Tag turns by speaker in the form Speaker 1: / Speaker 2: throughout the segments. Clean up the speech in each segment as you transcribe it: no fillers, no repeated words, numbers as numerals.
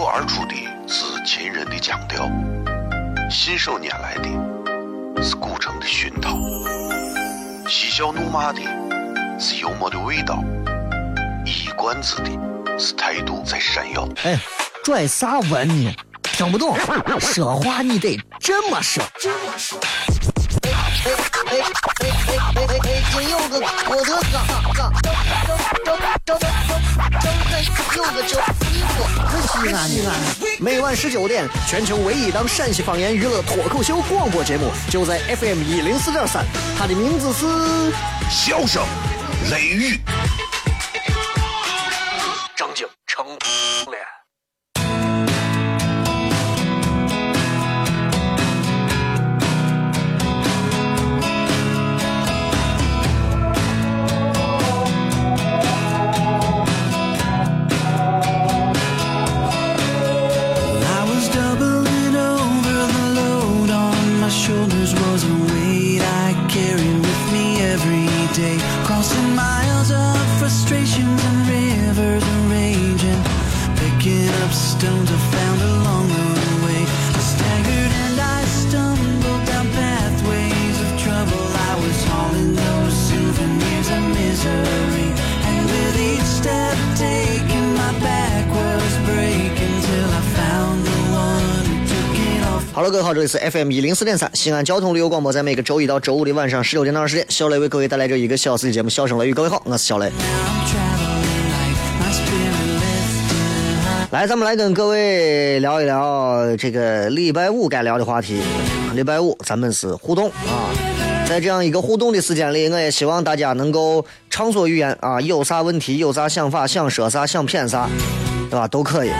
Speaker 1: 脱而出的是秦人的腔调，信手拈来的是古城的熏陶，嬉笑怒骂的是幽默的味道，一冠子的是态度在闪耀。
Speaker 2: 哎，拽啥文呢？听不懂，说话你得这么说。
Speaker 3: 京有个我的
Speaker 2: 西安，每晚19点，全球唯一档陕西方言娱乐脱口秀广播节目，就在 FM 104.3，它的名字是
Speaker 1: 笑声雷雨。
Speaker 2: 正经成脸。
Speaker 4: shoulders was a weight I carried with me every day, crossing miles of frustrations and rivers of rage, and picking up stones I found along the way. I staggered and I stumbled down pathways of trouble. I was hauling those souvenirs of misery, and with each step taken my back was breaking till I found the one who took it off.
Speaker 2: Hello， 各位好，这里是 FM 104.3西安交通旅游广播，在每个周一到周五的晚上19点到20点，小雷为各位带来这一个小时的节目，笑声雷雨。各位好，我是小雷。来，咱们来跟各位聊一聊这个礼拜五该聊的话题。礼拜五咱们是互动啊，在这样一个互动的时间里，我也希望大家能够畅所欲言啊，有啥问题，有啥想法，想说啥，想骗啥，对吧？都可以。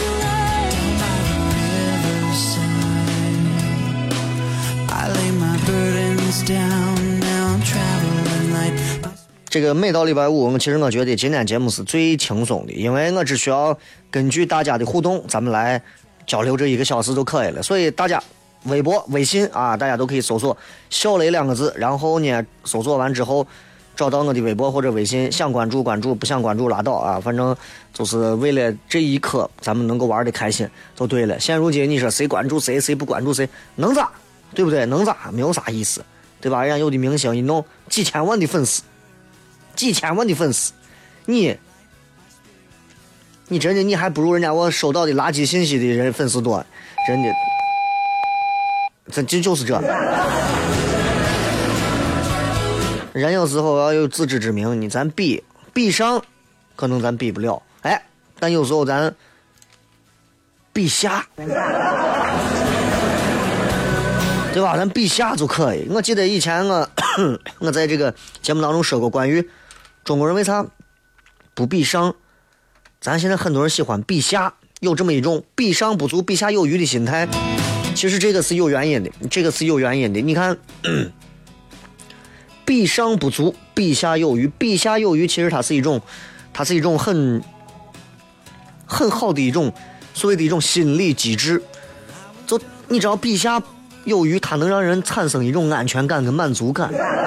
Speaker 2: 这个每到礼拜五，其实我觉得今天节目是最轻松的，因为我只需要根据大家的互动，咱们来交流这1个小时就可以了。所以大家微博、微信啊，大家都可以搜索“小雷”2个字，然后呢，搜索完之后找到我的微博或者微信，想关注关注，不想关注拉倒啊，反正就是为了这一刻咱们能够玩得开心就对了。现如今你说谁关注谁，谁不关注谁，能咋？对不对？能咋？没有啥意思，对吧？人家有的明星一弄几千万的粉丝，你真的你还不如人家我收到的垃圾信息的人粉丝多，真的，这就是这。人有时候要有自知之明，咱比上，可能咱比不了，哎，但有时候咱比下。对吧？咱比下就可以。我记得以前我在这个节目当中说过关于中国人为啥不比上，咱现在很多人喜欢比下，有这么一种比上不足比下有余的心态。其实这个是有原因的，你看，比上不足比下有余，比下有余，其实它是一种很好的一种所谓的一种心理机制。就你知道比下由于它能让人产生一种安全感跟满足感。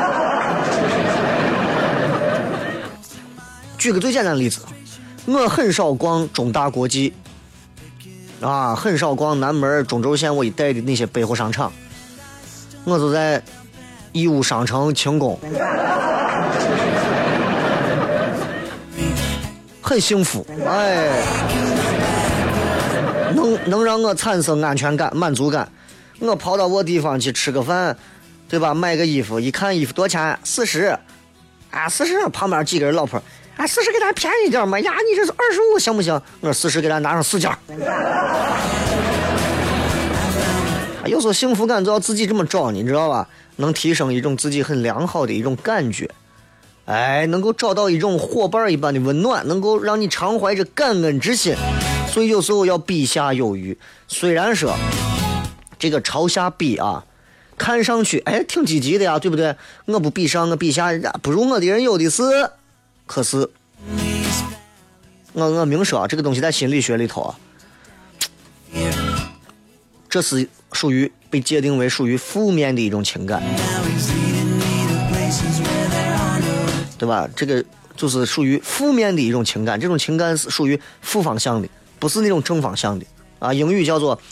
Speaker 2: 举个最简单的例子，我很少逛中大国际啊，很少逛南门中轴线我一带的那些百货商场，我就在义乌商城轻工，很幸福，哎，能让我产生安全感满足感。我跑到我地方去吃个饭，对吧？买个衣服，一看衣服多钱，40，啊40，旁边几个人老婆，啊40给他便宜点嘛，呀你这是25行不行？我说40给他拿上4件。有时候幸福感就要自己这么找，你知道吧？能提升一种自己很良好的一种感觉，哎，能够找到一种伙伴一般的温暖，能够让你常怀着感恩之心。所以有时候要比下有余，虽然说这个朝下比啊，看上去哎挺积极的呀，对不对？我不比上，我比下，不如我的人有的是。可是我明说啊，这个东西在心理学里头啊，这是属于被界定为属于负面的一种情感，对吧？这个就是属于负面的一种情感，这种情感是属于负方向的， 不是那种正方向的啊，英语叫做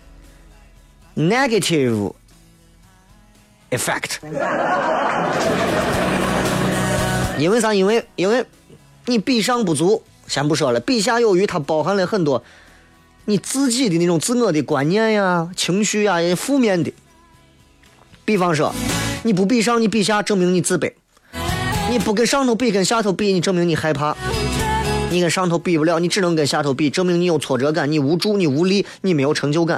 Speaker 2: negative effect。因为啥？因为你比上不足，先不说了，比下有余，它包含了很多你自己的那种自我的观念呀、情绪呀、负面的。比方说，你不比上，你比下，证明你自卑；你不跟上头比，跟下头比，你证明你害怕；你跟上头比不了，你只能跟下头比，证明你有挫折感，你无助，你无力，你没有成就感。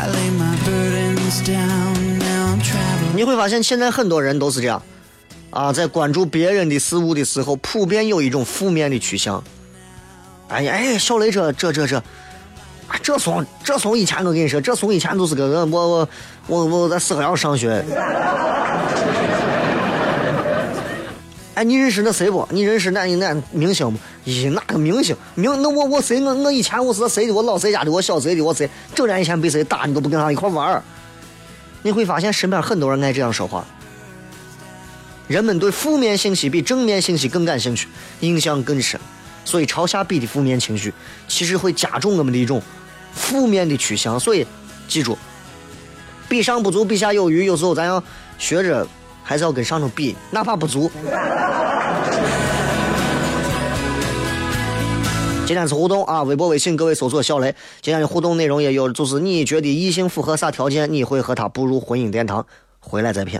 Speaker 2: 你会发现，现在很多人都是这样啊，在关注别人的事物的时候，普遍有一种负面的趋向。哎，小雷这怂以前我跟你说，这怂以前都是个我在四合院上学。哎，你认识那谁不？你认识那明星不？咦，那个明星那我谁我以前我是谁的？我老谁家的？我小谁的？我谁？整天以前被谁打，你都不跟他一块玩。你会发现身边很多人爱这样说话。人们对负面信息比正面信息更感兴趣，影响更深。所以朝下比的负面情绪其实会加重我们的一种负面的趋向。所以记住，比上不足，比下有余，有时候咱要学着还是要跟上头比，哪怕不足。今天是互动啊，微博微信各位搜索小雷。今天的互动内容也有，就是你觉得异性符合啥条件你会和他步入婚姻殿堂，回来再骗。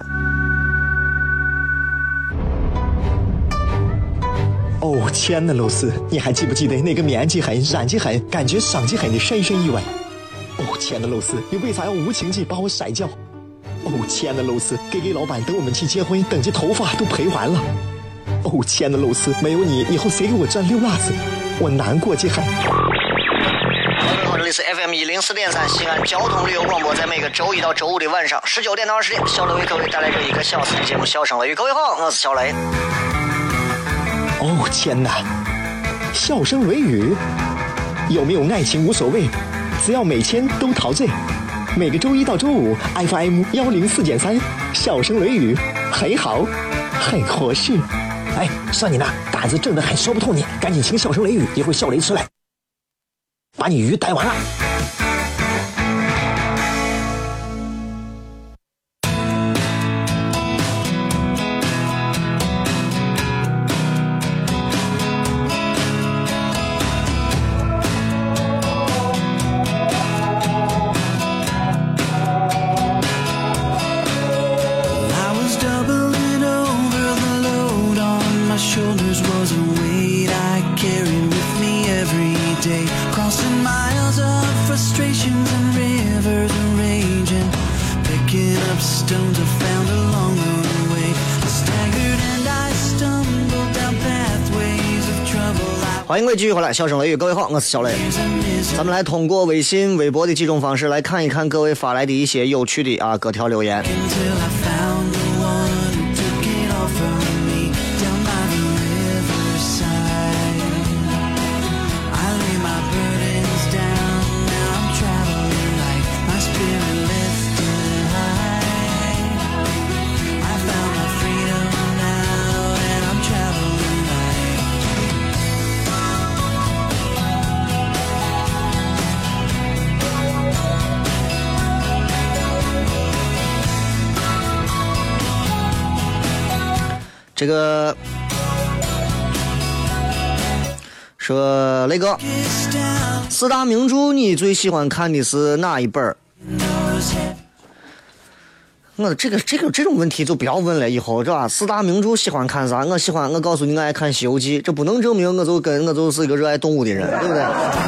Speaker 3: 哦，亲爱的露丝，你还记不记得那个面积狠、染技狠、感觉伤及狠的深深意外？哦，亲爱的露丝，你为啥要无情地把我甩掉？哦，亲爱的露丝，给老板等我们去结婚，等这头发都赔完了。哦，亲爱的露丝，没有你，以后谁给我赚溜辣子？我难过极狠。
Speaker 2: 这里是 FM 104.3西安交通旅游广播，在每个周一到周五的晚上19点到20点，小雷为各位带来这一个小时的节目《笑声雷雨》。各位好，我是小雷。
Speaker 3: 哦天哪，笑声雷雨，有没有爱情无所谓，只要每天都陶醉。每个周一到周五 FM 104.3，笑声雷雨，很好，很合适。哎，算你那胆子正的很，说不透你，赶紧请笑声雷雨，一会儿笑雷出来，把你鱼逮完了。
Speaker 2: 欢迎各位继续回来，笑声雷雨，各位好，我是小雷。咱们来通过微信、微博的几种方式来看一看各位发来的一些有趣的各条留言。这个说雷哥，四大名著你最喜欢看的是哪一本？我这种问题就不要问了，以后是吧？四大名著喜欢看啥？我告诉你，我爱看《西游记》，这不能证明我就是一个热爱动物的人，对不对？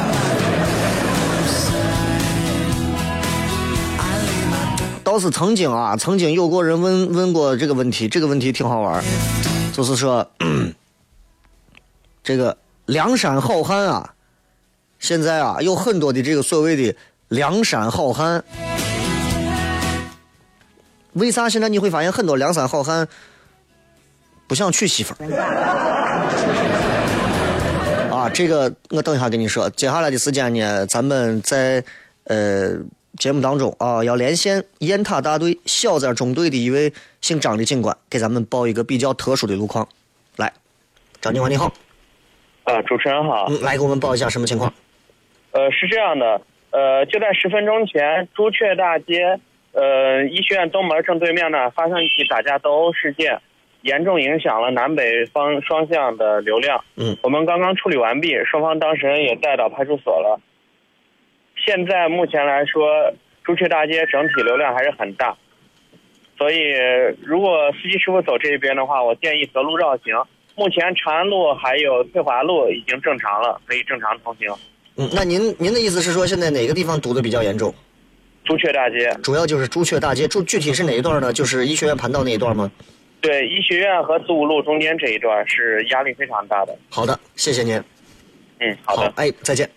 Speaker 2: 倒是曾经有过人问过这个问题，这个问题挺好玩，就是说，这个梁山好汉啊，现在啊有很多的这个所谓的梁山好汉，为啥现在你会发现很多梁山好汉不想娶媳妇啊？这个我等一下跟你说。接下来的时间呢，咱们在节目当中啊，要连线雁塔大队小寨中队的一位姓张的警官，给咱们报一个比较特殊的路况。来，张警官你好。
Speaker 5: 主持人好。
Speaker 2: 来给我们报一下什么情况？
Speaker 5: 是这样的，就在10分钟前，朱雀大街，医学院东门正对面呢，发生一起打架斗殴事件，严重影响了南北方双向的流量。我们刚刚处理完毕，双方当事人也带到派出所了。现在目前来说，朱雀大街整体流量还是很大，所以如果司机师傅走这边的话，我建议择路绕行。目前长安路还有翠华路已经正常了，可以正常通行。
Speaker 2: 那您的意思是说，现在哪个地方堵得比较严重？
Speaker 5: 朱雀大街，
Speaker 2: 主要就是朱雀大街，具体是哪一段呢？就是医学院盘道那一段吗？
Speaker 5: 对，医学院和子午路中间这一段是压力非常大的。
Speaker 2: 好的，谢谢您。
Speaker 5: 好的。
Speaker 2: 哎，再见。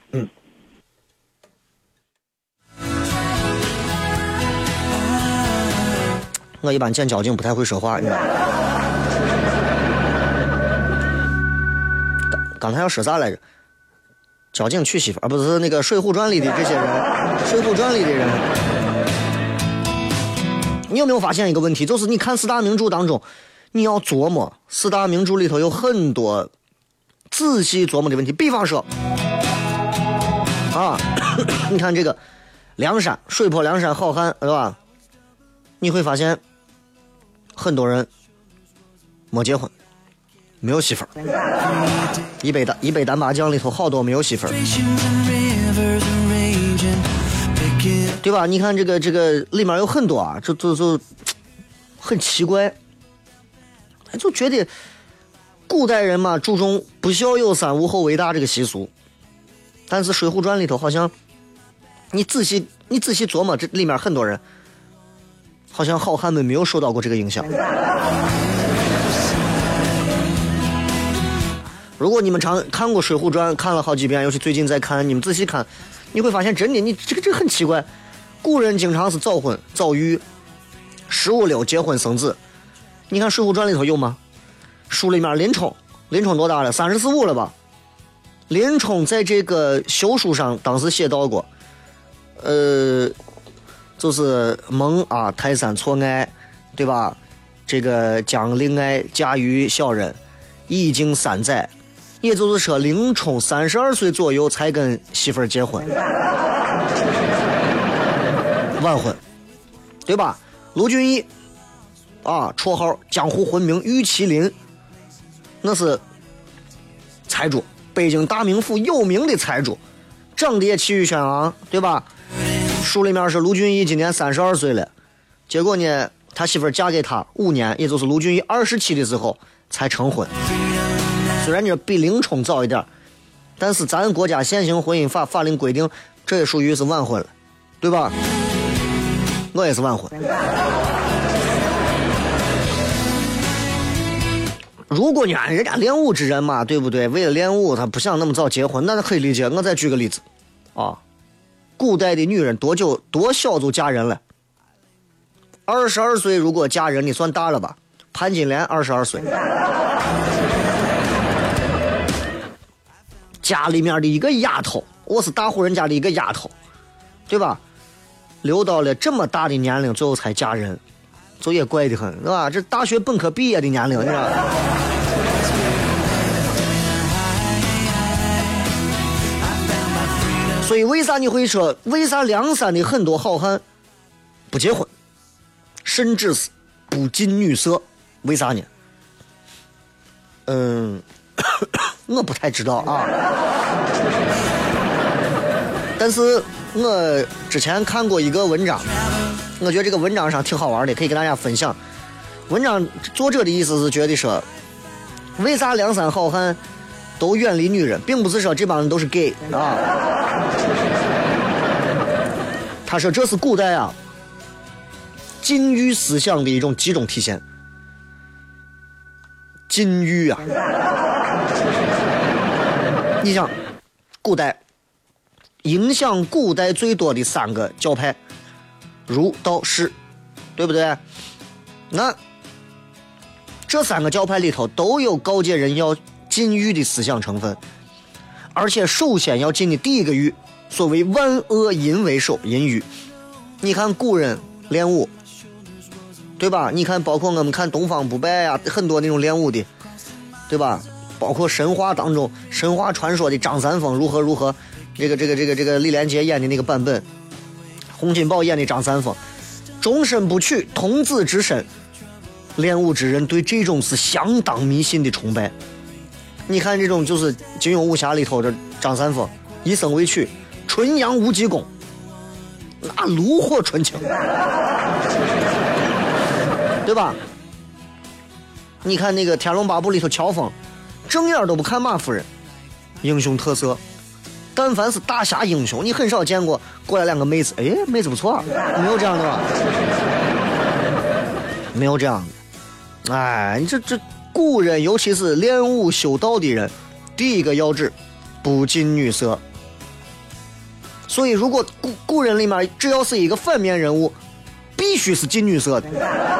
Speaker 2: 我一般见交警不太会说话，你知道吗？刚才要说啥来着？交警娶媳妇不是那个《水浒传》里的这些人，《水浒传》里的人。你有没有发现一个问题？就是你看四大名著当中，你要琢磨四大名著里头有很多仔细琢磨的问题。比方说，你看这个梁山，水泊梁山好汉，对吧？你会发现很多人没结婚。没有媳妇儿，一杯单八酱里头好多没有媳妇儿，对吧？你看这个里面有很多啊，就很奇怪，就觉得古代人嘛注重不孝有三无后为大这个习俗，但是《水浒传》里头好像你仔细琢磨，这里面很多人好像好汉们没有受到过这个影响。如果你们常看过《水浒传》，看了好几遍，尤其最近在看，你们仔细看，你会发现真的，你这个很奇怪。古人经常是早婚早育，15六结婚生子。你看《水浒传》里头有吗？书里面林冲多大了？34、35了吧？林冲在这个休书上当时写到过，就是蒙泰山错爱，对吧？这个将令爱嫁于小人，已经3载。也就是说，林冲32岁左右才跟媳妇儿结婚，晚婚，对吧？卢俊义绰号江湖混名玉麒麟，那是财主，北京大名府有名的财主，长得也气宇轩昂，对吧？书里面是卢俊义今年32岁了，结果呢，他媳妇儿嫁给他5年，也就是卢俊义27的时候才成婚。虽然你比林冲早一点，但是咱国家现行婚姻法令规定，这也属于是晚婚了，对吧？我也是晚婚。如果你按人家练武之人嘛，对不对？为了练武，他不想那么早结婚，那可以理解。我再举个例子古代的女人多小就嫁人了？22岁如果嫁人，你算大了吧？潘金莲22岁。家里面的一个丫头，我是大户人家的一个丫头，对吧？留到了这么大的年龄，最后才嫁人，这也怪得很，是吧？这大学本科毕业的年龄，你知道吧？所以为啥你会说，为啥梁山的很多好汉不结婚，甚至是不近女色？为啥呢？我不太知道啊，但是我之前看过一个文章，我觉得这个文章上挺好玩的，可以给大家分享。文章作者的意思是觉得说，为啥梁山好汉都远离女人，并不是说这帮人都是 gay 啊。他说这是古代禁欲思想的一种集中体现。禁欲你想古代影响古代最多的3个教派，儒道释，对不对？那这3个教派里头都有告诫人要禁欲的思想成分，而且首先要禁的第一个欲，所谓万恶淫为首，淫欲。你看古人练武，对吧？你看包括我们看东方不败很多那种练武的，对吧？包括神话当中神话传说的张三丰如何这个李连杰演的那个版本，洪金宝演的张三丰，终身不娶，童子之身。练武之人对这种是相当迷信的崇拜。你看这种就是金庸武侠里头的张三丰，一生未娶，纯阳无极功，那炉火纯青，对吧？你看那个《天龙八部》里头乔峰，正眼都不看马夫人，英雄特色。但凡是大侠英雄，你很少见过过来两个妹子，哎，妹子不错，没有这样的吧？没有这样的。哎，这古人，尤其是练武修道的人，第一个要旨，不近女色。所以，如果古人里面只要是一个反面人物，必须是近女色的。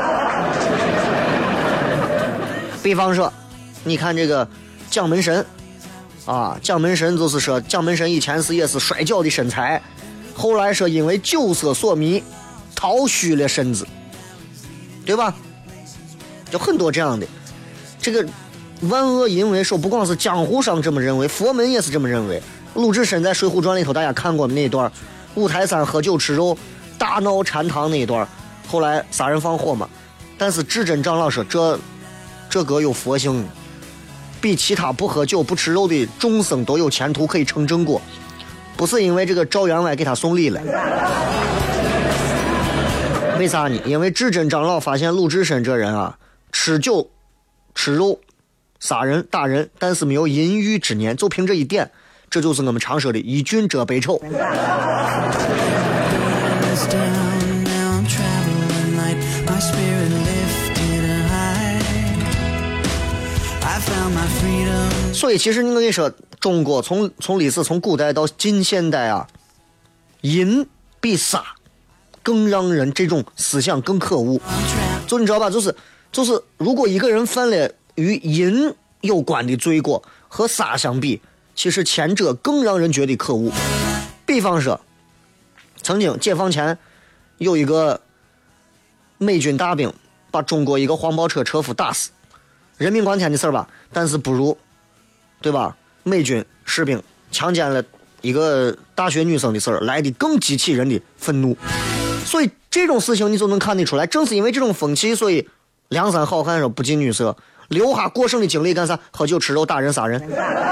Speaker 2: 比方说，你看这个蒋门神啊，蒋门神就是说，蒋门神以前也是摔跤的身材，后来说因为酒色所迷，掏虚了身子，对吧？有很多这样的。这个万恶淫为首，不光是江湖上这么认为，佛门也是这么认为。鲁智深在《水浒传》里头，大家看过那一段，五台山喝酒吃肉，大闹禅堂那一段，后来杀人放火嘛。但是智真长老说，这个有佛性，比其他不喝酒不吃肉的众生都有前途，可以成正果，不是因为这个赵员外给他送礼了。为啥呢？因为智真长老发现鲁智深这人啊，吃酒吃肉杀人打人，但是没有淫欲之念，就凭这一点，这就是我们常说的以俊遮百丑。所以其实你跟你说，中国从历史从古代到近现代啊，淫比杀更让人这种思想更可恶。就你知道吧，就是如果一个人犯了与淫有关的罪过，和杀相比，其实前者更让人觉得可恶。比方说，曾经解放前有一个美军大兵把中国一个黄包车车夫打死，人命关天的事儿吧，但是不如，对吧？美军士兵强奸了一个大学女生的事儿来的更激起人的愤怒。所以这种事情你就能看得出来，正是因为这种风气，所以梁山好汉说不近女色，留下过剩的精力干啥？喝酒吃肉打人杀人。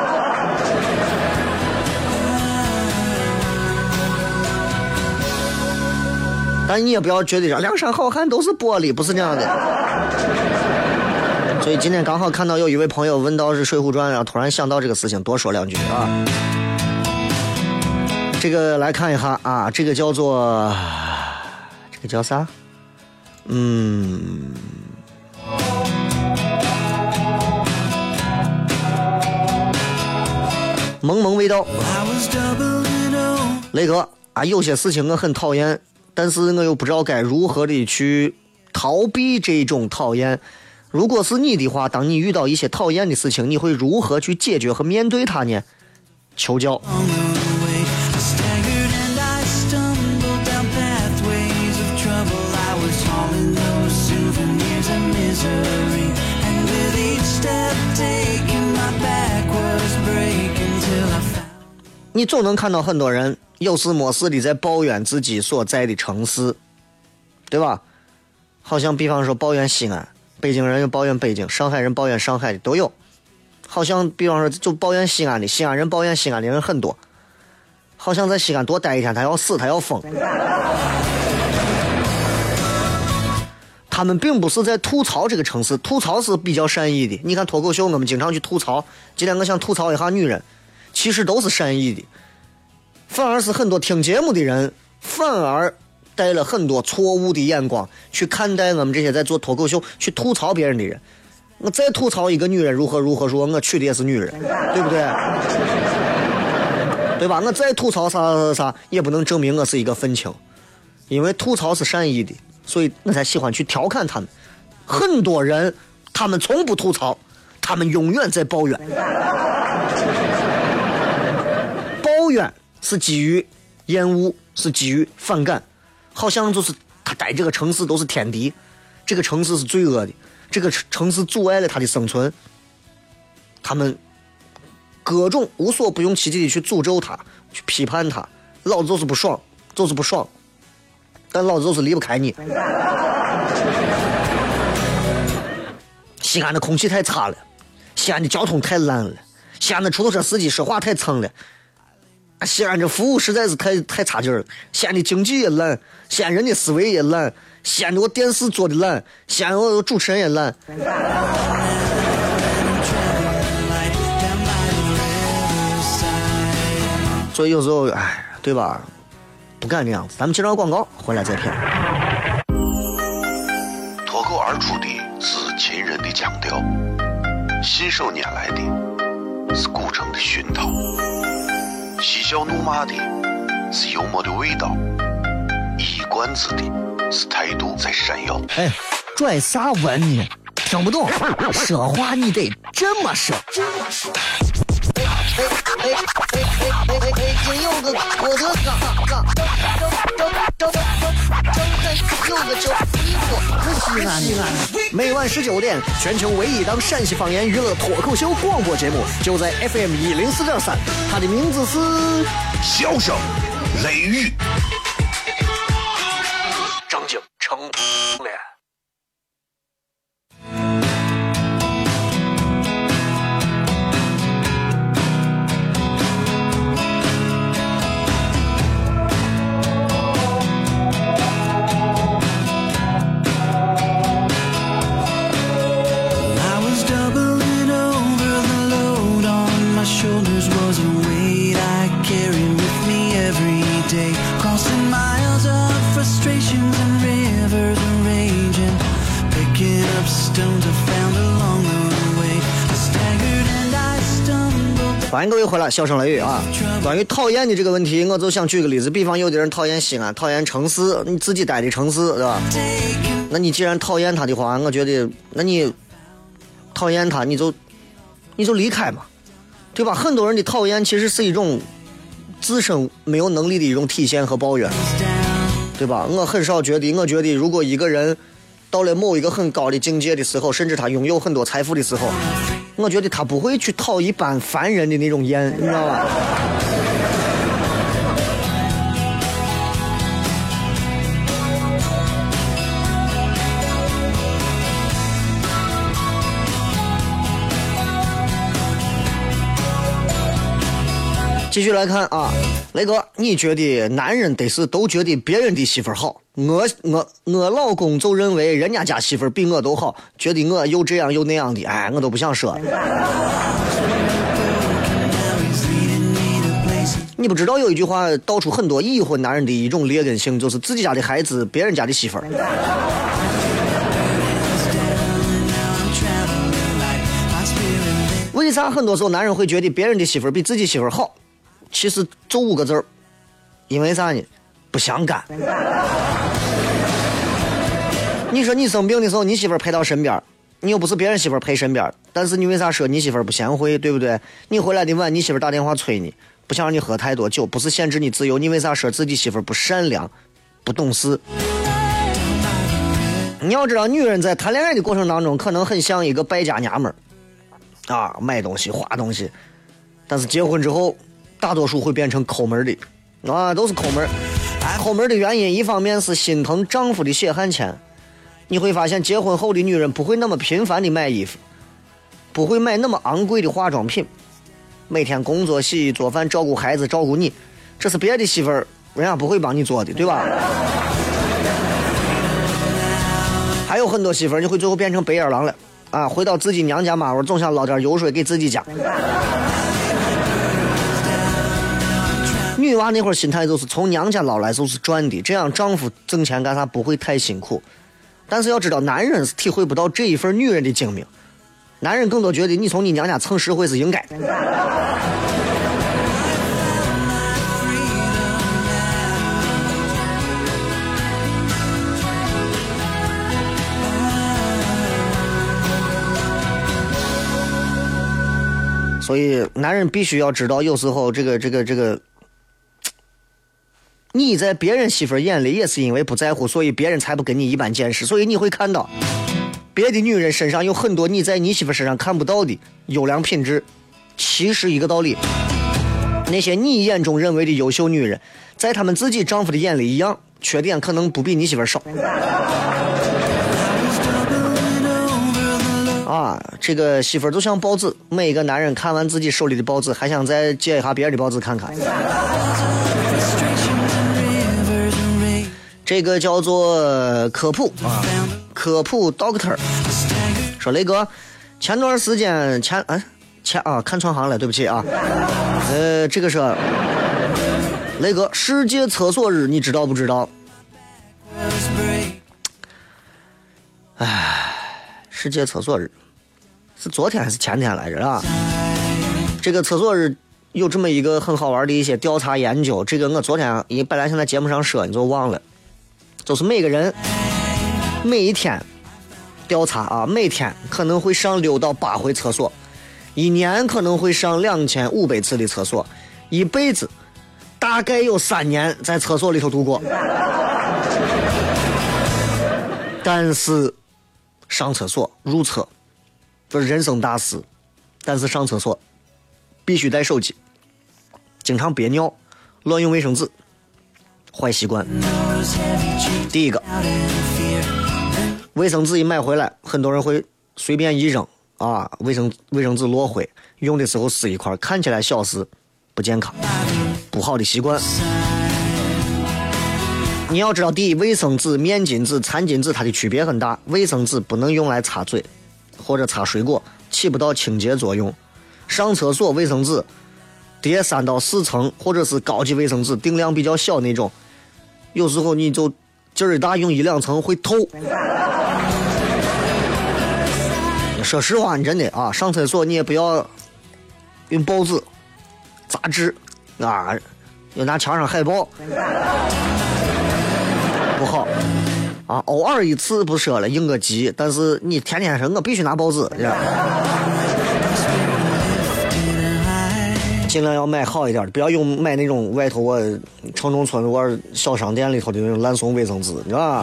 Speaker 2: 但你也不要觉得梁山好汉都是玻璃，不是这样的。所以今天刚好看到有一位朋友问到是《水浒传》，然后突然想到这个事情，多说两句啊。这个来看一下啊，这个叫做这个叫啥？萌萌味道。雷哥啊，有些事情我很讨厌，但是我又不知道该如何的去逃避这种讨厌。如果是你的话，当你遇到一些讨厌的事情，你会如何去解决和面对它呢？求教。你总能看到很多人有事没事的在抱怨自己所在的城市，对吧？好像比方说抱怨西安，北京人又抱怨北京，上海人抱怨上海的都有。好像比方说就抱怨西安的，西安人抱怨西安的人很多。好像在西安多待一天他要死他要疯。他们并不是在吐槽这个城市，吐槽是比较善意的。你看脱口秀我们经常去吐槽，今天我想吐槽一下女人，其实都是善意的，反而是很多听节目的人反而带了很多错误的眼光去看待我们这些在做脱口秀去吐槽别人的人。我再吐槽一个女人如何如何说，我娶的也是女人，对不对？对吧？我再吐槽啥也不能证明我是一个愤青，因为吐槽是善意的，所以我才喜欢去调侃他们。很多人他们从不吐槽，他们永远在抱怨。抱怨是基于厌恶，是基于反感，好像就是他待这个城市都是天敌，这个城市是罪恶的，这个城市阻碍了他的生存，他们各种无所不用其极的去诅咒他， 去批判他，老子就是不爽，就是不爽，但老子就是离不开你。西安的空气太差了，西安的交通太烂了，西安的出租车司机说话太蹭了，西安这服务实在是太差劲了，西安的经济也烂，西安人的思维也烂，西安的我电视做的烂，西安我主持人也烂。所以有时候对吧，不干这样子。咱们接着广告回来再骗。
Speaker 1: 脱口而出的是秦人的腔调，信手拈来的是古城的熏陶，嬉笑怒骂的是幽默的味道，一冠子的是态度在闪耀。
Speaker 2: 拽啥文呢？听不懂，说话你得这么说。北京有个郭德纲，有个叫西安。每晚19点，全球唯一档陕西方言娱乐脱口秀广播节目，就在 FM 104.3，它的名字是
Speaker 1: 笑声雷雨，
Speaker 2: 张景成脸。
Speaker 4: Shoulders was a weight I carried with me every day, crossing miles of frustrations and rivers and raging, picking up stones I found along the way. I staggered and I stumbled.
Speaker 2: 欢迎各位回来，笑声雷雨啊！关于讨厌的这个问题，我就想举个例子，比方有的人讨厌西安，讨厌城市，你自己待的城市，对吧？那你既然讨厌他的话，我觉得，那你讨厌他，你就离开嘛。对吧？很多人的讨厌其实是一种自身没有能力的一种体现和抱怨，对吧？我很少觉得，我觉得如果一个人到了某一个很高的境界的时候，甚至他拥有很多财富的时候，我觉得他不会去讨一般凡人的那种厌，你知道吧？继续来看啊，雷哥，你觉得男人得是都觉得别人的媳妇好，我老公就认为人家家媳妇比我都好，觉得我又这样又那样的，我都不想说。你不知道有一句话道出很多已婚男人的一种劣根性，就是自己家的孩子别人家的媳妇儿。为啥很多时候男人会觉得别人的媳妇儿比自己媳妇儿好？其实就5个字儿，因为啥呢？不相干。你说你生病的时候，你媳妇儿陪到身边，你又不是别人媳妇儿陪身边，但是你为啥说你媳妇儿不贤惠，对不对？你回来的晚，你媳妇儿打电话催你，不想让你喝太多酒，不是限制你自由，你为啥说自己媳妇儿不善良、不懂事？你要知道，女人在谈恋爱的过程当中，可能很像一个败家娘们儿啊，买东西、花东西，但是结婚之后，大多数会变成抠门的啊，都是抠门。抠门的原因，一方面是心疼丈夫的血汗钱。你会发现，结婚后的女人不会那么频繁的买衣服，不会买那么昂贵的化妆品，每天工作、洗衣、做饭、照顾孩子、照顾你，这是别的媳妇儿人家不会帮你做的，对吧？还有很多媳妇儿，你会最后变成白眼狼了啊！回到自己娘家马窝，总想捞点油水给自己家。女娃那会儿心态就是从娘家捞来就是赚的，这样丈夫挣钱干啥不会太辛苦。但是要知道，男人是体会不到这一份女人的精明，男人更多觉得你从你娘家蹭实惠是应该的。所以男人必须要知道，有时候这个你在别人媳妇眼里也是因为不在乎，所以别人才不跟你一般见识。所以你会看到别的女人身上有很多你在你媳妇身上看不到的优良品质。其实一个道理， 那些你眼中认为的优秀女人，在她们自己丈夫的眼里一样，缺点可能不比你媳妇少。啊，这个媳妇儿就像报纸，每一个男人看完自己手里的报纸，还想再借一下别人的报纸看看。这个叫做科普啊，科普 Doctor 说雷哥，前段时间看串行了，对不起啊。这个是雷哥，世界厕所日你知道不知道？世界厕所日是昨天还是前天来着啊？这个厕所日有这么一个很好玩的一些调查研究，这个我昨天也本来想在节目上说，你就忘了，就是每个人每一天调查啊，每天可能会上6到8回厕所，一年可能会上2500次的厕所，一辈子大概有3年在厕所里头度过。但是上厕所入厕这是人生大事，但是上厕所必须带手机，经常憋尿，乱用卫生纸，坏习惯。第一个，卫生纸一买回来，很多人会随便一扔啊，卫生纸落灰，用的时候撕一块，看起来小事，不健康，不好的习惯。你要知道，第一，卫生纸、面巾纸、餐巾纸它的区别很大。卫生纸不能用来擦嘴或者擦水果，起不到清洁作用。上厕所卫生纸叠3到4层，或者是高级卫生纸，定量比较小那种，有时候你就劲儿大用1、2层会透。说实话，你真的啊，上厕所你也不要用报纸、杂志啊，要拿墙上海报。不好啊，偶尔一次不说了，应个急，但是你天天说我必须拿报纸，尽量要买好一点的，不要用买那种外头城中村小商店里头的那种烂怂卫生纸，你知道吧？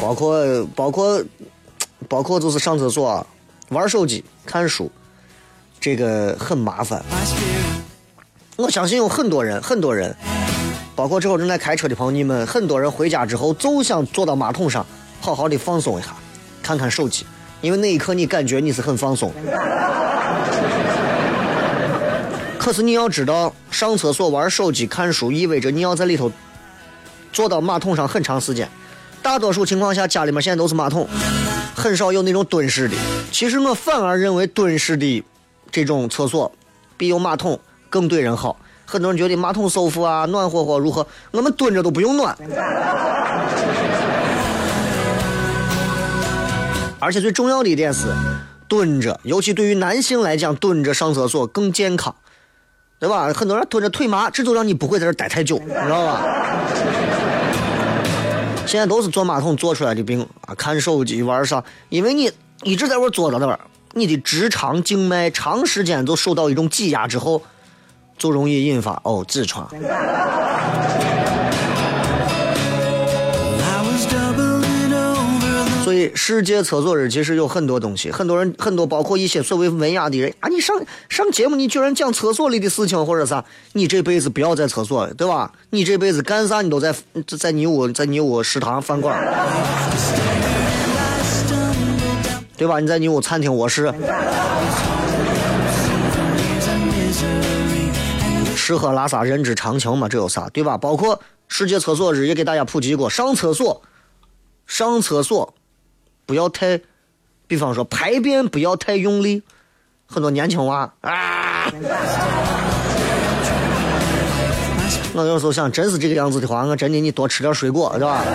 Speaker 2: 包括就是上厕所玩手机看书，这个很麻烦。我相信有很多人包括之后正在开车的朋友们，很多人回家之后就想坐到马桶上好好的放松一下，看看手机，因为那一刻你感觉你是很放松。可是你要知道，上厕所玩手机看书意味着你要在里头坐到马桶上很长时间，大多数情况下家里面现在都是马桶，很少有那种蹲式的。其实我反而认为蹲式的这种厕所比有马桶更对人好。很多人觉得马桶舒服啊，暖和和如何，我们蹲着都不用暖。而且最重要的一点是，蹲着，尤其对于男性来讲，蹲着上厕所更健康，对吧？很多人蹲着腿麻，这就让你不会在这待太久，你知道吧？现在都是坐马桶坐出来的病啊，看手机玩啥，因为你一直在那坐到那儿，你的直肠静脉长时间就受到一种挤压之后，就容易引发痔疮。所以世界厕所日其实有很多东西，很多包括一些所谓文雅的人啊，你上节目你居然讲厕所里的事情或者啥，你这辈子不要在厕所，对吧？你这辈子干啥你都在你屋食堂饭馆，对吧？你在你屋餐厅卧室，吃喝拉撒人之常情嘛，这有啥，对吧？包括世界厕所日也给大家普及过，上厕所不要太，比方说排便不要太用力，很多年轻娃啊，我有时候想真是这个样子的话，我真的你多吃点水果，对吧？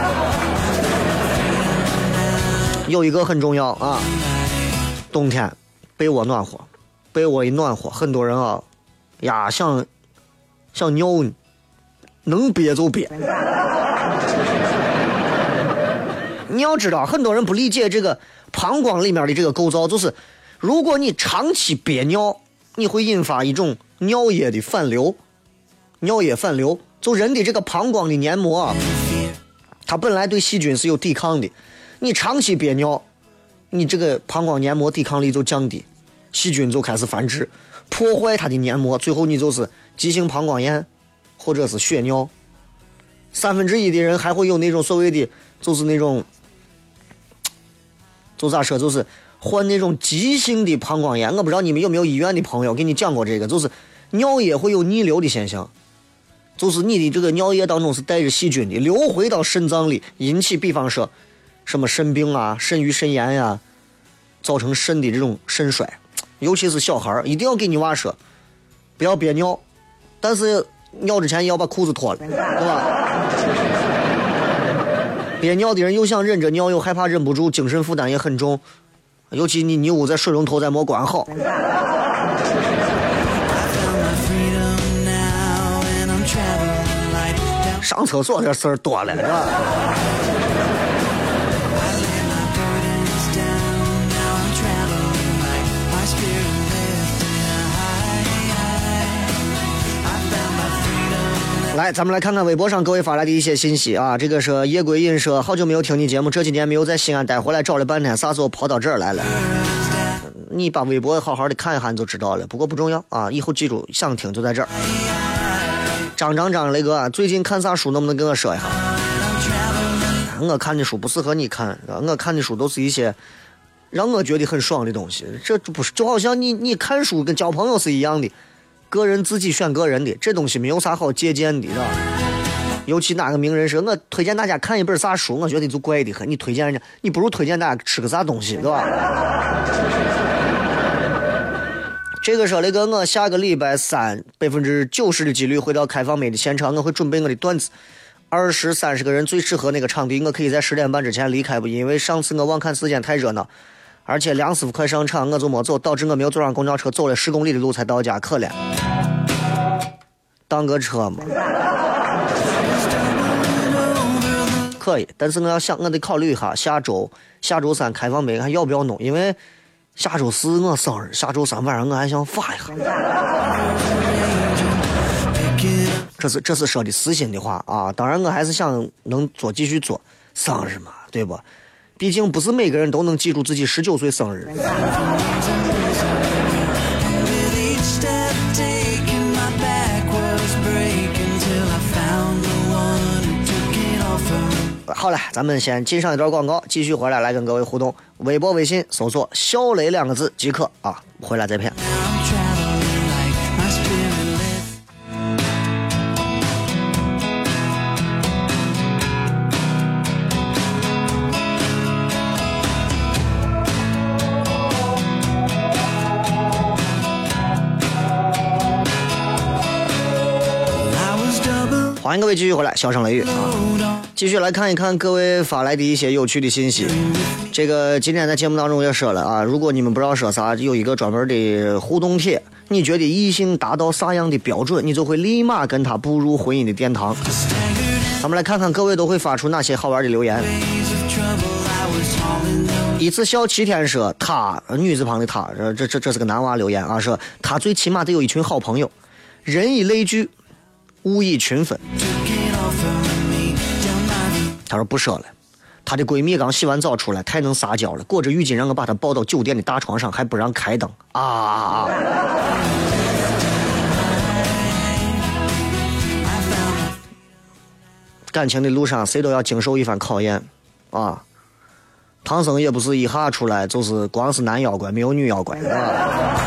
Speaker 2: 有一个很重要啊，冬天被窝暖和，被窝一暖和，很多人啊呀想尿你，能憋就憋。你要知道，很多人不理解这个膀胱里面的这个构造，就是如果你长期憋尿，你会引发一种尿液的反流。尿液反流，就人的这个膀胱的黏膜啊，它本来对细菌是有抵抗的，你长期憋尿，你这个膀胱黏膜抵抗力就降低，细菌就开始繁殖，破坏它的黏膜，最后你就是急性膀胱炎或者是血尿，1/3的人还会有那种所谓的就是那种就咋说，就是患那种急性的膀胱炎。我不知道你们有没有医院的朋友给你讲过这个，就是尿液会有逆流的现象，就是你的这个尿液当中是带着细菌的，流回到肾脏里，引起比方说什么肾病啊、肾盂肾炎呀，造成肾的这种肾衰。尤其是小孩，一定要给你娃说不要憋尿，但是尿之前也要把裤子脱了，对吧？憋尿的人又想忍着尿，又害怕忍不住，精神负担也很重，尤其你屋在水龙头再没关好。上厕所这事儿多了，是吧？来，咱们来看看微博上各位发来的一些信息啊。这个是夜归隐说，好久没有听你节目，这几年没有在西安待回来，找了半天，啥时候跑到这儿来了？你把微博好好的看一看就知道了，不过不重要啊，以后记住，想听就在这儿。张雷哥，最近看啥书，能不能跟我说一下？我看的书不适合你看，我看的书都是一些让我觉得很爽的东西。这不是就好像你看书跟交朋友是一样的，个人自己选个人的，这东西没有啥好借鉴的，是吧？尤其哪个名人说我推荐大家看一本啥书，我觉得就怪的很。你推荐人家，你不如推荐大家吃个啥东西，对吧？这个说那个我下个礼拜3 90%的几率回到开放麦的现场，我会准备我的段子，20、30个人最适合那个场地，我可以在10点半之前离开不？因为上次我忘看时间太热闹，而且梁师傅快上场，我就没走，导致我没有坐上公交车，走了10公里的路才到家，可怜。当个车嘛，可以，但是我得考虑一下下周3开放麦还要不要弄，因为下周4我生日，下周3晚上我还想发一下。这是说的私心的话啊，当然我还是想能继续做，生日嘛，对吧？毕竟不是每个人都能记住自己19岁生日。好了，咱们先进上一段广告，继续回来跟各位互动。微博微信搜索小雷2个字即可啊，回来再骗。欢迎各位继续回来，笑声雷雨啊！继续来看一看各位发来的一些有趣的信息。这个今天在节目当中也说了啊，如果你们不知道说啥，有一个专门的互动帖，你觉得异性达到啥样的标准，你就会立马跟他步入婚姻的殿堂。咱们来看看各位都会发出哪些好玩的留言。一次笑7天说他女字旁的他，这是个男娃留言啊，说他最起码得有一群好朋友，人以类聚，物以群分。他说不说了，她的闺蜜刚洗完澡出来，太能撒娇了，裹着浴巾让我把她抱到酒店的大床上，还不让开灯啊！感情的路上谁都要经受一番考验啊！唐僧也不是一下出来就是光是男妖怪没有女妖怪啊！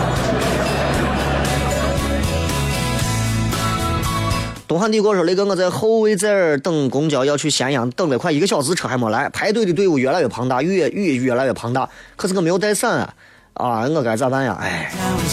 Speaker 2: 东汉帝国说雷哥，我在后卫在这等公交要去咸阳，等了快1个小时，车还没来，排队的队伍越来越庞大，雨越来越庞大，可是我没有带伞啊，我该咋办呀？哎，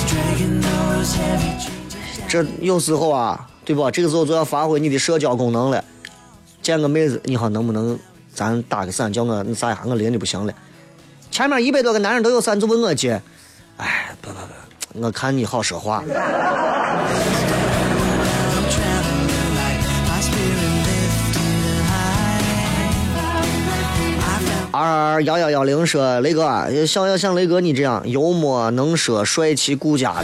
Speaker 2: 这有时候啊，对吧？这个时候就要发挥你的社交功能了。见个妹子，你好，能不能咱打个伞，叫我啥呀？我淋的不行了。前面100多个男人都有伞，就问我借。哎，不，我看你好说话。221110说雷哥啊，想要像雷哥你这样幽默能说帅气顾家的，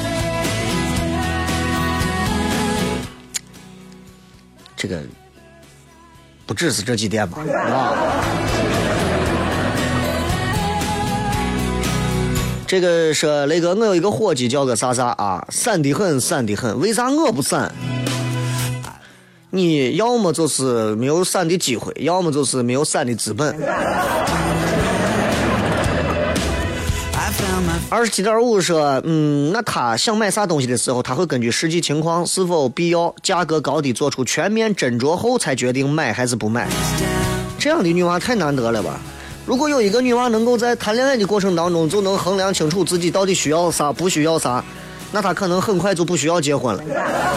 Speaker 2: 这个不只是这几点吧啊。这个说雷哥，我有一个伙计叫个啥啊，散的很，为啥我不散？ 你要么就是没有散的机会，要么就是没有散的资本。27.5说，那他想买啥东西的时候，他会根据实际情况是否必要、价格高低做出全面斟酌后才决定买还是不买。这样的女娃太难得了吧？如果有一个女娃能够在谈恋爱的过程当中就能衡量清楚自己到底需要啥、不需要啥，那她可能很快就不需要结婚了。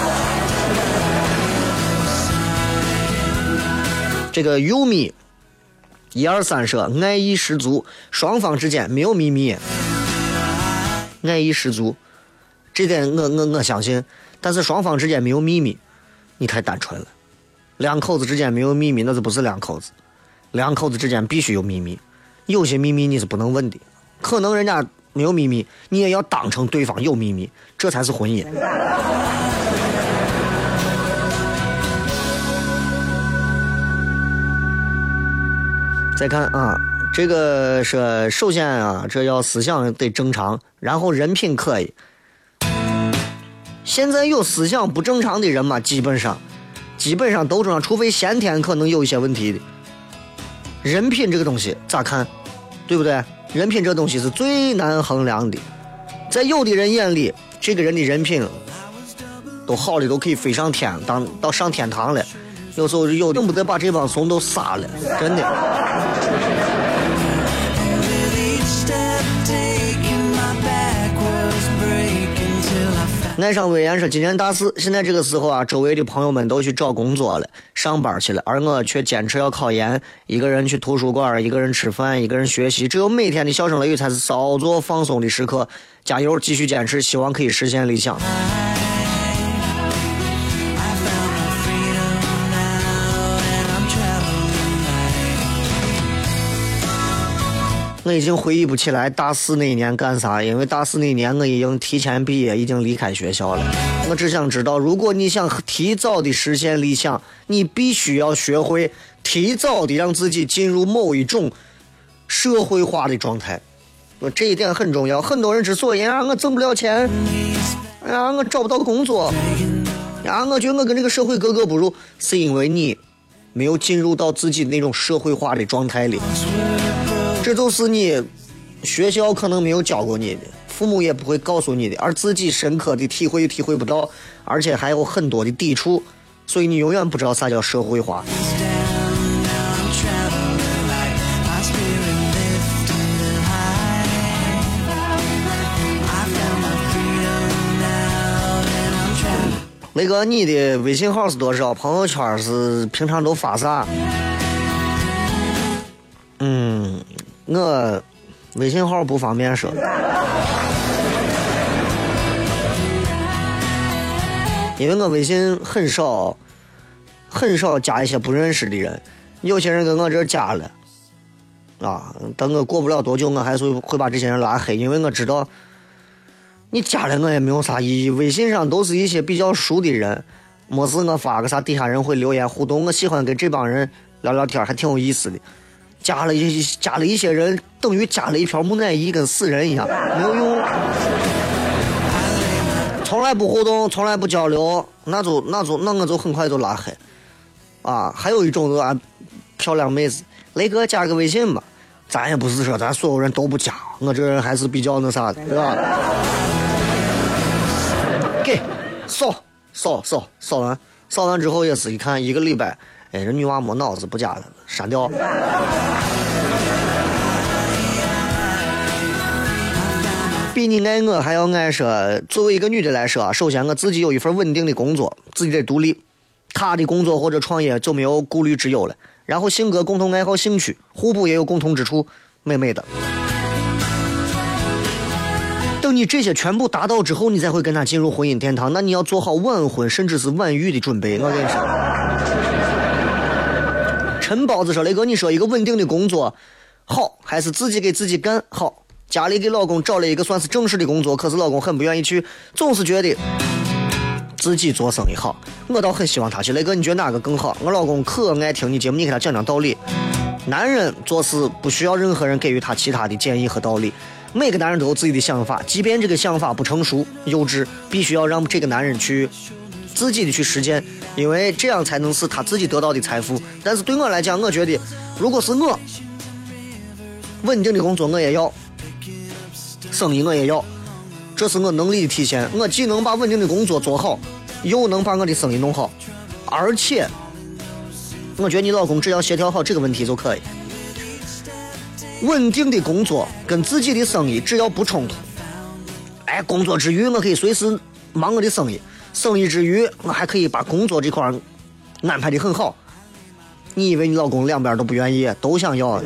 Speaker 2: 这个优米123说，爱意十足，双方之间没有秘密。爱意十足，这点我相信，但是双方之间没有秘密，你太单纯了。两口子之间没有秘密，那就不是两口子。两口子之间必须有秘密，有些秘密你是不能问的，可能人家没有秘密，你也要当成对方有秘密，这才是婚姻。再看啊，这个是首先啊，这要思想得正常，然后人品可以。现在有思想不正常的人嘛，基本上都正常，除非先天可能有一些问题的。人品这个东西咋看，对不对？人品这东西是最难衡量的，在有的人眼里，这个人的人品都好的都可以飞上天，到上天堂了。有时候有的不得把这帮怂都杀了，真的。爱上魏延说，今年大4，现在这个时候啊，周围的朋友们都去找工作了，上班去了，而我却坚持要考研，一个人去图书馆，一个人吃饭，一个人学习，只有每天的笑声雷雨才是稍作放松的时刻。加油，继续坚持，希望可以实现理想。我已经回忆不起来大4那一年干啥，因为大4那一年我已经提前毕业，已经离开学校了。我只想知道，如果你想提早的实现理想，你必须要学会提早的让自己进入某一种社会化的状态。这一点很重要。很多人之所以我挣不了钱，我找不到工作，我觉得我跟这个社会格格不入，是因为你没有进入到自己那种社会化的状态里。这就是你学校可能没有教过你的，父母也不会告诉你的，而自己深刻的体会不到，而且还有很多的抵触，所以你永远不知道啥叫社会化。雷哥，你的微信号是多少？朋友圈是平常都发啥？我微信号不方便说。因为我微信很少加一些不认识的人，有些人跟我这加了啊，等我过不了多久，我还是会把这些人拉黑，因为我知道你加了我也没有啥意义。微信上都是一些比较熟的人，没事我发个啥，底下人会留言互动，我喜欢跟这帮人聊聊天，还挺有意思的。加了一些人，等于加了一瓢木乃伊，跟死人一样，没有用，从来不互动，从来不交流，那我就很快就拉黑啊。还有一种就是漂亮妹子，雷哥加个微信吧，咱也不是说咱所有人都不加，我这人还是比较那啥的，对吧？给扫完之后也是一看一个礼拜，这女娃没脑子，不加了，删掉。比你爱我还要爱说，作为一个女的来说，首先我自己有一份稳定的工作，自己得独立，她的工作或者创业就没有顾虑之忧了。然后性格共同爱好兴趣互补，也有共同之处，美美的。等你这些全部达到之后，你才会跟她进入婚姻殿堂，那你要做好晚婚甚至是晚育的准备。我跟你说，陈包子说，雷哥，你说一个稳定的工作好，还是自己给自己干好？家里给老公找了一个算是正式的工作，可是老公很不愿意去，总是觉得自己做生意好。我倒很希望他去。雷哥，你觉得哪个更好？我老公可爱听你节目，你给他讲讲道理。男人做事不需要任何人给予他其他的建议和道理，每个男人都有自己的想法，即便这个想法不成熟幼稚，必须要让这个男人去自己的去实践，因为这样才能是他自己得到的财富。但是对我来讲，我觉得如果是我稳定的工作我也要，生意我也要，这是我能力的体现。我既能把稳定的工作做好，又能把我的生意弄好，而且我觉得你老公只要协调好这个问题就可以。稳定的工作跟自己的生意只要不冲突，哎，工作之余我可以随时忙我的生意，生意之余我还可以把工作这块安排的很好。你以为你老公两边都不愿意，都想要？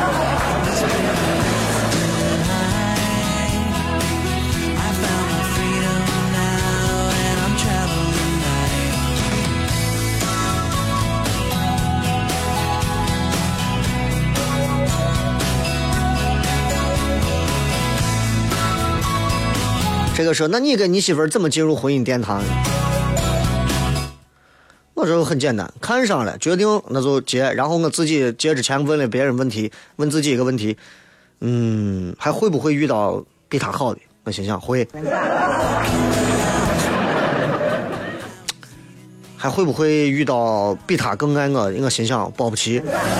Speaker 2: 这个说，那你跟你媳妇儿怎么进入婚姻殿堂？我这很简单，看上了决定那就结，然后我自己结之前问了别人问题，问自己一个问题，还会不会遇到比他好的？我心想会。还会不会遇到比他更爱我？我心想保不齐。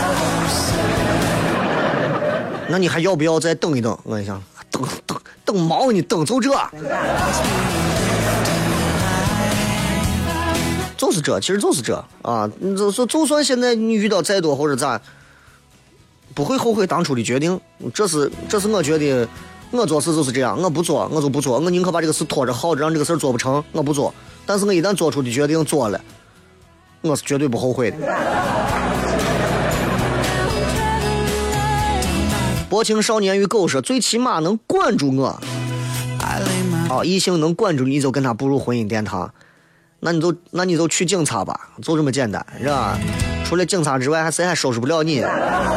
Speaker 2: 那你还要不要再等一等？我想等毛你等就这，就是这，其实就是这啊！就算现在你遇到再多或者咋，不会后悔当初的决定。这是我觉得，我做事就是这样，我不做我就不做，我宁可把这个事拖着耗着，让这个事做不成，我不做。但是我一旦做出的决定做了，我是绝对不后悔的。薄情少年与狗说，最起码能管住我。异性能管住你就跟他步入婚姻殿堂，那你就去警察吧，就这么简单，是吧？除了警察之外，谁还收拾不了你？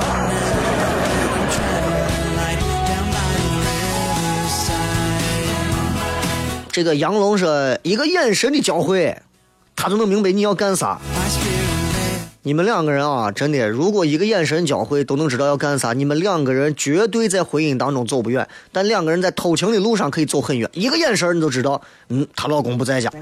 Speaker 2: 这个杨龙说，一个眼神的交汇，他就能明白你要干啥。你们两个人啊，真的，如果一个眼神交汇都能知道要干啥，你们两个人绝对在婚姻当中走不远，但两个人在偷情的路上可以走很远。一个眼神你就知道，她老公不在家。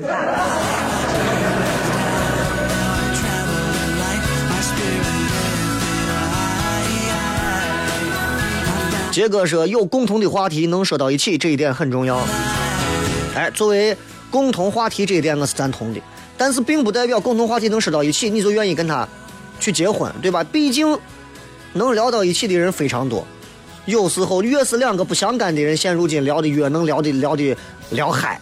Speaker 2: 杰哥说，有共同的话题能说到一起，这一点很重要。哎，作为共同话题这一点我是赞同的，但是并不代表共同话题能说到一起你就愿意跟他去结婚，对吧？毕竟能聊到一起的人非常多，有时候越是两个不相干的人，现如今聊的越能聊嗨。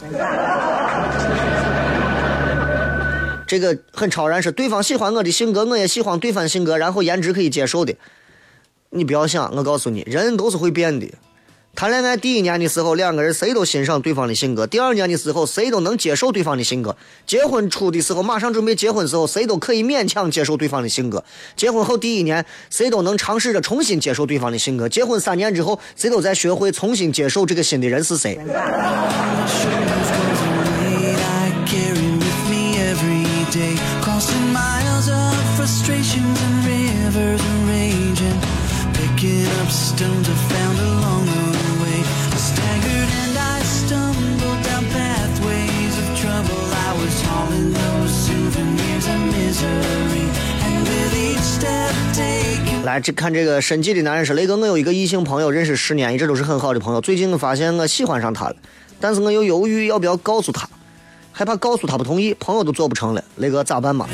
Speaker 2: 这个很超然，是对方喜欢我的性格，我也喜欢对方性格，然后颜值可以接受的。你不要想，我告诉你，人都是会变的。谈恋爱第一年的时候，两个人谁都欣赏对方的性格，第二年的时候谁都能接受对方的性格，结婚初的时候马上准备结婚的时候谁都可以勉强接受对方的性格，结婚后第一年谁都能尝试着重新接受对方的性格，结婚3年之后谁都在学会重新接受这个新的人是谁。Picking up stones I found along the way. I staggered and I stumbled down pathways of trouble. I was hauling those souvenirs of misery. And with each step taken. 来，这看这个审计的男人是雷哥，我有一个异性朋友，认识10年，一直都是很好的朋友。最近我发现我喜欢上他了，但是我又犹豫要不要告诉他，害怕告诉他不同意，朋友都做不成了。雷哥咋办嘛？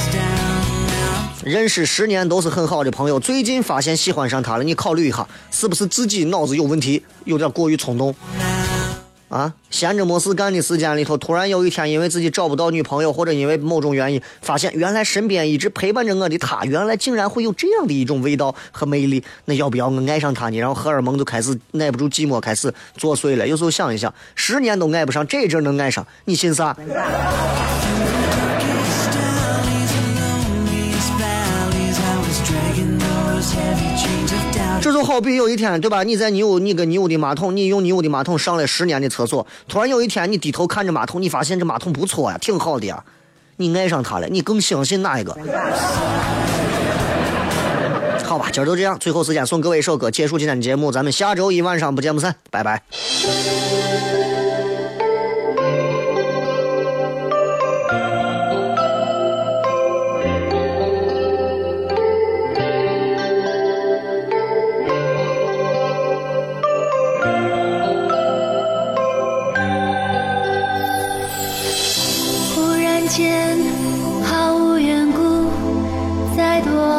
Speaker 2: 认识10年都是很好的朋友，最近发现喜欢上他了，你考虑一下，是不是自己脑子有问题，有点过于冲动啊？闲着没事干的时间里头，突然有一天因为自己找不到女朋友，或者因为某种原因，发现原来身边一直陪伴着我的他，原来竟然会有这样的一种味道和魅力，那要不要我爱上他呢？然后荷尔蒙就开始耐不住寂寞，开始作祟了。有时候想一想，10年都爱不上，这一阵能爱上，你信啥？这就好比有一天，对吧？你跟你屋的马桶，你用你屋的马桶上了10年的厕所，突然有一天你低头看着马桶，你发现这马桶不错呀，挺好的呀，你爱上它了，你更相信哪一个？好吧，今儿就这样，最后时间送各位一首歌，结束今天的节目，咱们下周一晚上不见不散，拜拜。
Speaker 6: 多。